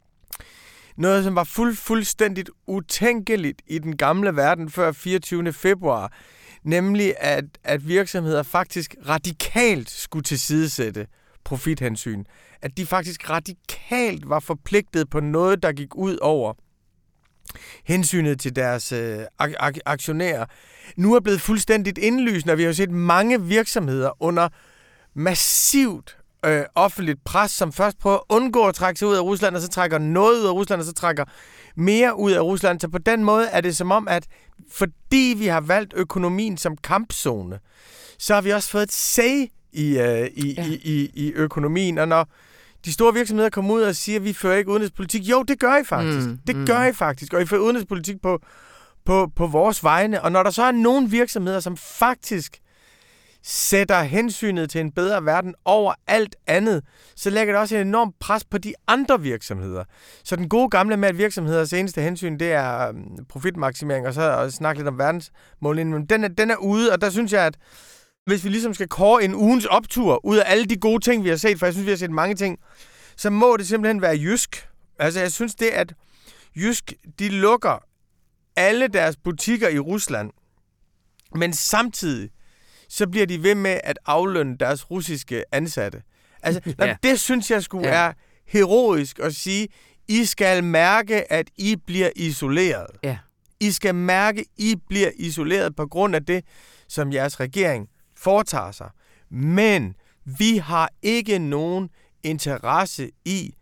noget som var fuld fuldstændigt utænkeligt i den gamle verden før fireogtyvende februar, nemlig at at virksomheder faktisk radikalt skulle tilsidesætte profithensyn, at de faktisk radikalt var forpligtet på noget, der gik ud over hensynet til deres øh, ak- aktionærer, nu er blevet fuldstændigt indlysende, og vi har jo set mange virksomheder under massivt øh, offentligt pres, som først prøver at undgå at trække sig ud af Rusland, og så trækker noget ud af Rusland, og så trækker mere ud af Rusland. Så på den måde er det som om, at fordi vi har valgt økonomien som kampzone, så har vi også fået et say i, øh, i, ja. i, i, i økonomien, og når de store virksomheder kommer ud og siger, at vi fører ikke udenrigspolitik. Jo, det gør I faktisk. Mm, det mm. gør I faktisk. Og I fører udenrigspolitik på, på, på vores vegne. Og når der så er nogle virksomheder, som faktisk sætter hensynet til en bedre verden over alt andet, så lægger det også en enorm pres på de andre virksomheder. Så den gode gamle med, at virksomheders eneste hensyn, det er profitmaksimering, og så at snakke lidt om verdensmålene. Den er, den er ude, og der synes jeg, at hvis vi ligesom skal kåre en ugens optur ud af alle de gode ting, vi har set, for jeg synes, vi har set mange ting, så må det simpelthen være Jysk. Altså, jeg synes det, at Jysk, de lukker alle deres butikker i Rusland, men samtidig, så bliver de ved med at aflønne deres russiske ansatte. Altså, ja. Det synes jeg sgu ja. er heroisk at sige, I skal mærke, at I bliver isoleret. Ja. I skal mærke, at I bliver isoleret på grund af det, som jeres regering foretager sig. Men vi har ikke nogen interesse i,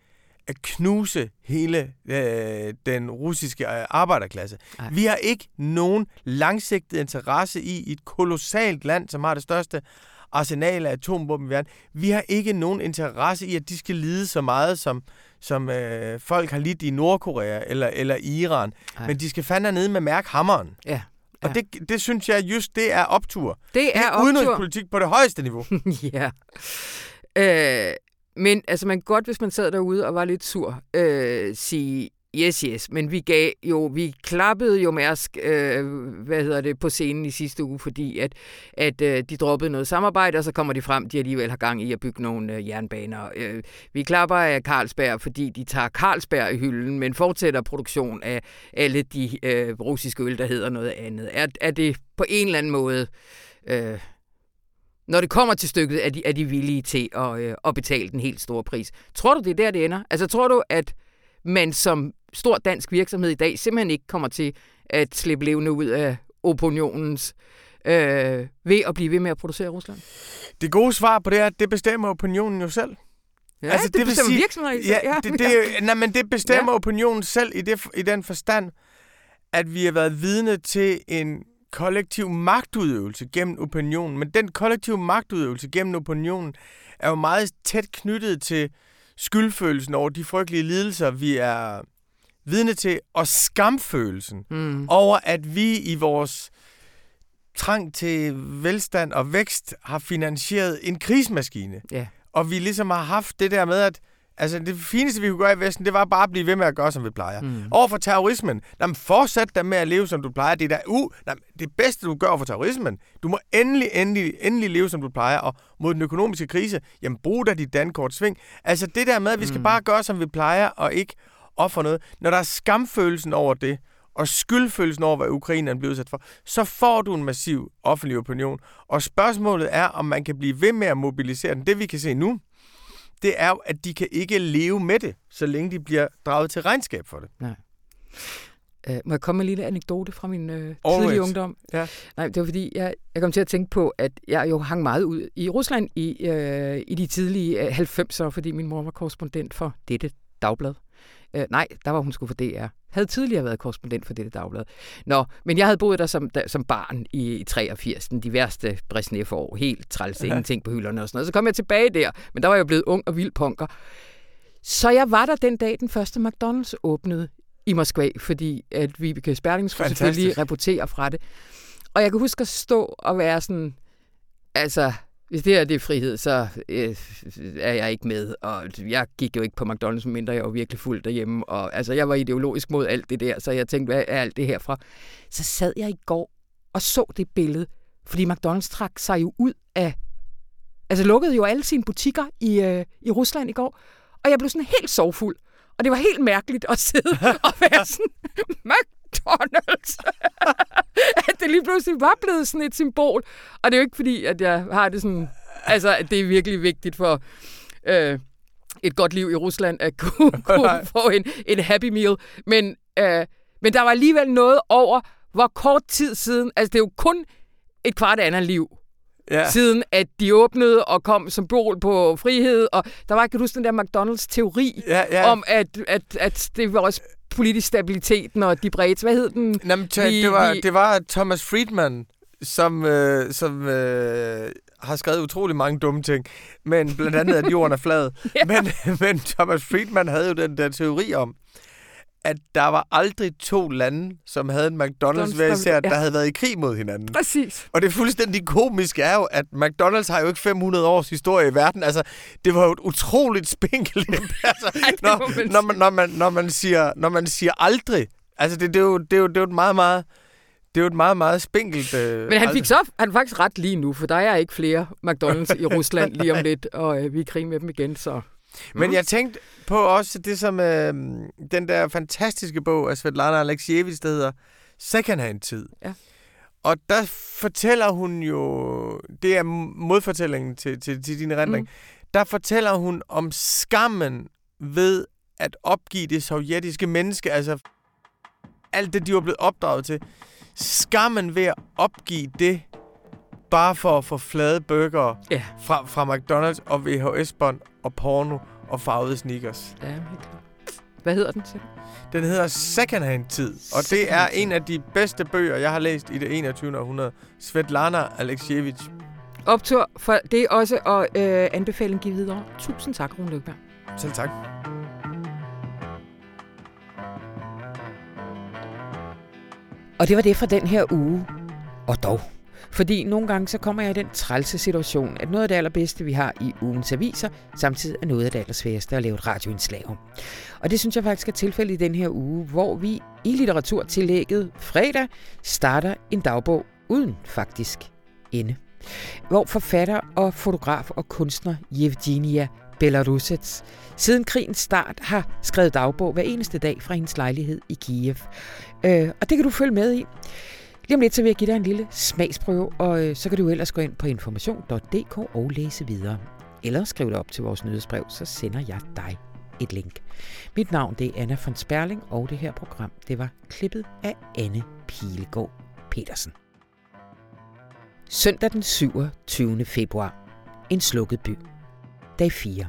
at knuse hele øh, den russiske øh, arbejderklasse. Ej. Vi har ikke nogen langsigtet interesse i et kolossalt land, som har det største arsenal af atomvåben i verden. Vi har ikke nogen interesse i, at de skal lide så meget, som, som øh, folk har lidt i Nordkorea eller, eller Iran. Ej. Men de skal fandme ned med mærkhammeren. Ja. Ja. Og det, det synes jeg just, det er optur. Det er, det er udenrigspolitik på det højeste niveau. Ja. Øh, men altså man kan godt, hvis man sad derude og var lidt sur, øh, sige, yes, yes, men vi gav jo, vi klappede jo Mærsk, øh, hvad hedder det, på scenen i sidste uge, fordi at, at øh, de droppede noget samarbejde, og så kommer de frem, de alligevel har gang i at bygge nogle øh, jernbaner. Øh, vi klapper af Carlsberg, fordi de tager Carlsberg i hylden, men fortsætter produktion af alle de øh, russiske øl, der hedder noget andet. Er, er det på en eller anden måde... Øh, Når det kommer til stykket, er de, er de villige til at, øh, at betale den helt store pris. Tror du, det er der, det ender? Altså, tror du, at man som stor dansk virksomhed i dag simpelthen ikke kommer til at slippe levende ud af opinionens øh, ved at blive ved med at producere Rusland? Det gode svar på det er, at det bestemmer opinionen jo selv. Ja, altså, det, det bestemmer sige, virksomheder ja, ja, det, det, nej, men det bestemmer ja. opinionen selv i, det, i den forstand, at vi har været vidne til en kollektiv magtudøvelse gennem opinionen. Men den kollektive magtudøvelse gennem opinionen er jo meget tæt knyttet til skyldfølelsen over de frygtelige lidelser, vi er vidne til, og skamfølelsen mm. over, at vi i vores trang til velstand og vækst har finansieret en krigsmaskine. Yeah. Og vi ligesom har haft det der med, at altså, det fineste, vi kunne gøre i Vesten, det var bare at blive ved med at gøre, som vi plejer. Mm. Overfor terrorismen, jamen, fortsæt da med at leve, som du plejer. Det er da, uh, jamen, det bedste, du gør over for terrorismen. Du må endelig, endelig, endelig leve, som du plejer. Og mod den økonomiske krise, jamen, brug da dit dankort sving. Altså, det der med, at vi skal mm. bare gøre, som vi plejer, og ikke ofre noget. Når der er skamfølelsen over det, og skyldfølelsen over, hvad Ukraine er blevet udsat for, så får du en massiv offentlig opinion. Og spørgsmålet er, om man kan blive ved med at mobilisere den. Det, vi kan se nu, det er jo, at de kan ikke leve med det, så længe de bliver draget til regnskab for det. Nej. Uh, må jeg komme med en lille anekdote fra min uh, tidlige ungdom? Ja. Nej, det var fordi, jeg, jeg kom til at tænke på, at jeg jo hang meget ud i Rusland i, uh, i de tidlige uh, halvfemser, fordi min mor var korrespondent for dette dagblad. Uh, nej, der var hun sgu for D R. Havde tidligere været korrespondent for dette dagblad. Nå, men jeg havde boet der som, der, som barn i, i treogfirs, den de værste Brezhnev-år, helt træls, ja. Ingenting på hylderne og sådan noget. Så kom jeg tilbage der, men der var jeg blevet ung og vild punker. Så jeg var der den dag, den første McDonald's åbnede i Moskva, fordi at Vibeke Sperling skulle selvfølgelig rapportere fra det. Og jeg kan huske at stå og være sådan, altså... Hvis det her det er frihed, så øh, er jeg ikke med, og jeg gik jo ikke på McDonald's, mindre jeg var virkelig fuld derhjemme, og altså, jeg var ideologisk mod alt det der, så jeg tænkte, hvad er alt det her fra? Så sad jeg i går og så det billede, fordi McDonald's trak sig jo ud af, altså lukkede jo alle sine butikker i, øh, i Rusland i går, og jeg blev sådan helt sorgfuld, og det var helt mærkeligt at sidde og være sådan, McDonald's. At det lige pludselig var blevet sådan et symbol. Og det er jo ikke fordi, at jeg har det sådan... Altså, at det er virkelig vigtigt for øh, et godt liv i Rusland at kunne, kunne få en, en happy meal. Men, øh, men der var alligevel noget over, hvor kort tid siden... Altså, det er jo kun et kvart andet liv, ja. Siden at de åbnede og kom som symbol på frihed. Og der var, kan du huske den der McDonald's-teori ja, ja. Om, at, at, at det var også... politisk stabiliteten og de brede. Hvad hed den? Jamen, t- vi, det, var, vi... det var Thomas Friedman, som, øh, som øh, har skrevet utrolig mange dumme ting, men blandt andet, at jorden er flad. Ja. men, men Thomas Friedman havde jo den der teori om, at der var aldrig to lande, som havde en McDonald's hver især, der ja. Havde været i krig mod hinanden. Præcis. Og det fuldstændig komiske er jo, at McDonald's har jo ikke fem hundrede års historie i verden. Altså, det var jo et utroligt spinkelt. altså, når, når, man, når, man, når, man siger, når man siger aldrig. Altså, det, det, er jo, det, er jo, det er jo et meget, meget... Det er jo et meget, meget spinkelt... Øh, Men han fik så han faktisk ret lige nu, for der er ikke flere McDonald's i Rusland lige om lidt, og øh, vi er i krig med dem igen, så... Men jeg tænkte på også det som øh, den der fantastiske bog af Svetlana Alexievich, der hedder Secondhand-tid. Ja. Og der fortæller hun jo, det er modfortællingen til, til, til din erindring, mm. der fortæller hun om skammen ved at opgive det sovjetiske menneske, altså alt det, de var blevet opdraget til. Skammen ved at opgive det, bare for at få flade burgere yeah. fra, fra McDonald's og V H S-bånd og porno og farvede sneakers. Ja, helt klart. Hvad hedder den til? Den hedder Secondhand-tid, og det er en af de bedste bøger, jeg har læst i det enogtyvende århundrede. Svetlana Alexievich. Optur, for det er også og, øh, anbefaling givet videre. Tusind tak, Rune Lykkeberg. Selv tak. Og det var det for den her uge. Og dog. Fordi nogle gange så kommer jeg i den trælse situation, at noget af det allerbedste, vi har i ugens aviser, samtidig er noget af det allersværeste at lave et radioindslag om. Og det synes jeg faktisk er tilfældet i den her uge, hvor vi i litteraturtillægget fredag starter en dagbog uden faktisk ende. Hvor forfatter og fotograf og kunstner Yevgenia Belarusets siden krigens start har skrevet dagbog hver eneste dag fra hendes lejlighed i Kiev. Øh, og det kan du følge med i. Lige om lidt så vil jeg give dig en lille smagsprøve, og øh, så kan du ellers gå ind på information punktum d k og læse videre. Eller skriv dig op til vores nyhedsbrev, så sender jeg dig et link. Mit navn det er Anna von Sperling, og det her program det var klippet af Anne Pilegaard Petersen. Søndag den syvogtyvende februar. En slukket by. Dag fire.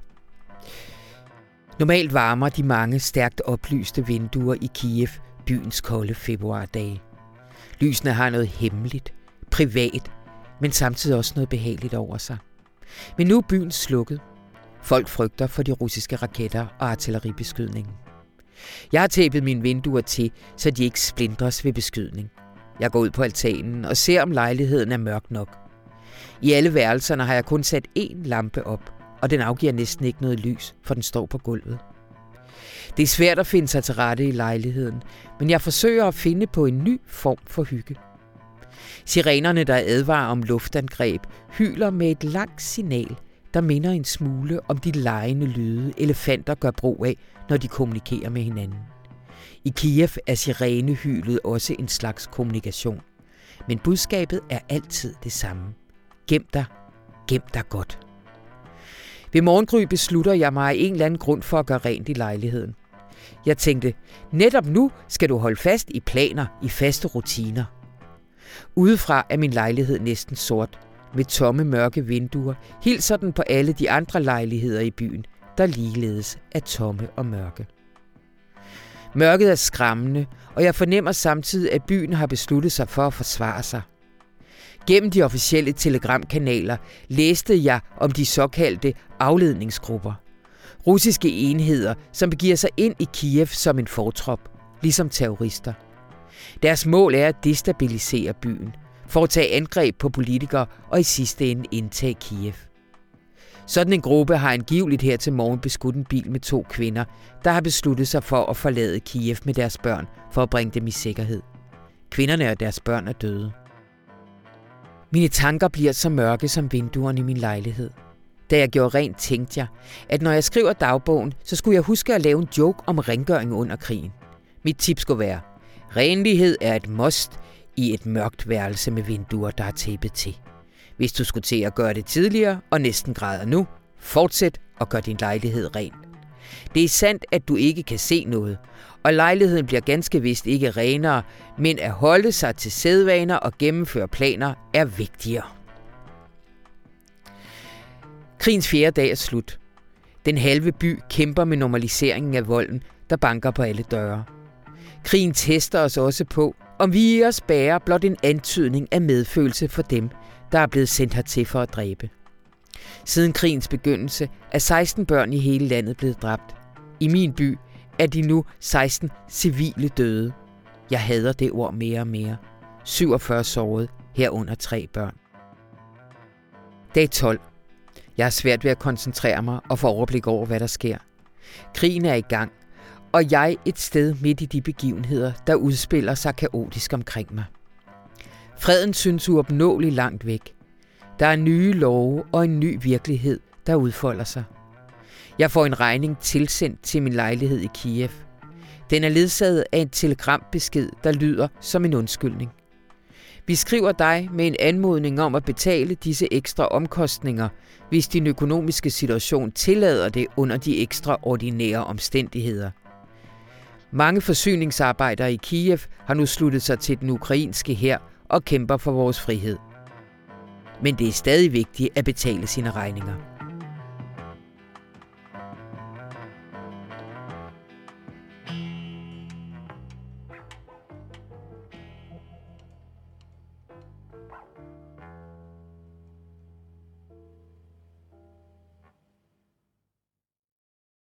Normalt varmer de mange stærkt oplyste vinduer i Kiev byens kolde februardage. Lysene har noget hemmeligt, privat, men samtidig også noget behageligt over sig. Men nu er byen slukket. Folk frygter for de russiske raketter og artilleribeskydningen. Jeg har tæppet mine vinduer til, så de ikke splindres ved beskydning. Jeg går ud på altanen og ser, om lejligheden er mørk nok. I alle værelserne har jeg kun sat én lampe op, og den afgiver næsten ikke noget lys, for den står på gulvet. Det er svært at finde sig til rette i lejligheden, men jeg forsøger at finde på en ny form for hygge. Sirenerne, der advarer om luftangreb, hyler med et langt signal, der minder en smule om de legende lyde, elefanter gør brug af, når de kommunikerer med hinanden. I Kiev er sirenehylet også en slags kommunikation, men budskabet er altid det samme. Gem dig, gem dig godt. Ved morgengry beslutter jeg mig af en eller anden grund for at gøre rent i lejligheden. Jeg tænkte, netop nu skal du holde fast i planer, i faste rutiner. Udefra er min lejlighed næsten sort, med tomme mørke vinduer, hilser den på alle de andre lejligheder i byen, der ligeledes er tomme og mørke. Mørket er skræmmende, og jeg fornemmer samtidig, at byen har besluttet sig for at forsvare sig. Gennem de officielle telegramkanaler læste jeg om de såkaldte afledningsgrupper. Russiske enheder, som begiver sig ind i Kiev som en fortrop, ligesom terrorister. Deres mål er at destabilisere byen, foretage angreb på politikere og i sidste ende indtage Kiev. Sådan en gruppe har angiveligt her til morgen beskudt en bil med to kvinder, der har besluttet sig for at forlade Kiev med deres børn for at bringe dem i sikkerhed. Kvinderne og deres børn er døde. Mine tanker bliver så mørke som vinduerne i min lejlighed. Da jeg gjorde rent, tænkte jeg, at når jeg skriver dagbogen, så skulle jeg huske at lave en joke om rengøring under krigen. Mit tip skulle være, renlighed er et must i et mørkt værelse med vinduer, der er tæppet til. Hvis du skulle til at gøre det tidligere og næsten græder nu, fortsæt og gør din lejlighed ren. Det er sandt, at du ikke kan se noget, og lejligheden bliver ganske vist ikke renere, men at holde sig til sædvaner og gennemføre planer er vigtigere. Krigens fjerde dag er slut. Den halve by kæmper med normaliseringen af volden, der banker på alle døre. Krigen tester os også på, om vi i os bærer blot en antydning af medfølelse for dem, der er blevet sendt hertil for at dræbe. Siden krigens begyndelse er seksten børn i hele landet blevet dræbt. I min by er de nu seksten civile døde. Jeg hader det ord mere og mere. syvogfyrre sårede, herunder tre børn. Dag tolv. Jeg har svært ved at koncentrere mig og få overblik over, hvad der sker. Krigen er i gang, og jeg et sted midt i de begivenheder, der udspiller sig kaotisk omkring mig. Freden synes uopnåelig langt væk. Der er nye love og en ny virkelighed, der udfolder sig. Jeg får en regning tilsendt til min lejlighed i Kiev. Den er ledsaget af en telegrambesked, der lyder som en undskyldning. Vi skriver dig med en anmodning om at betale disse ekstra omkostninger, hvis din økonomiske situation tillader det under de ekstraordinære omstændigheder. Mange forsyningsarbejdere i Kiev har nu sluttet sig til den ukrainske hær og kæmper for vores frihed. Men det er stadig vigtigt at betale sine regninger.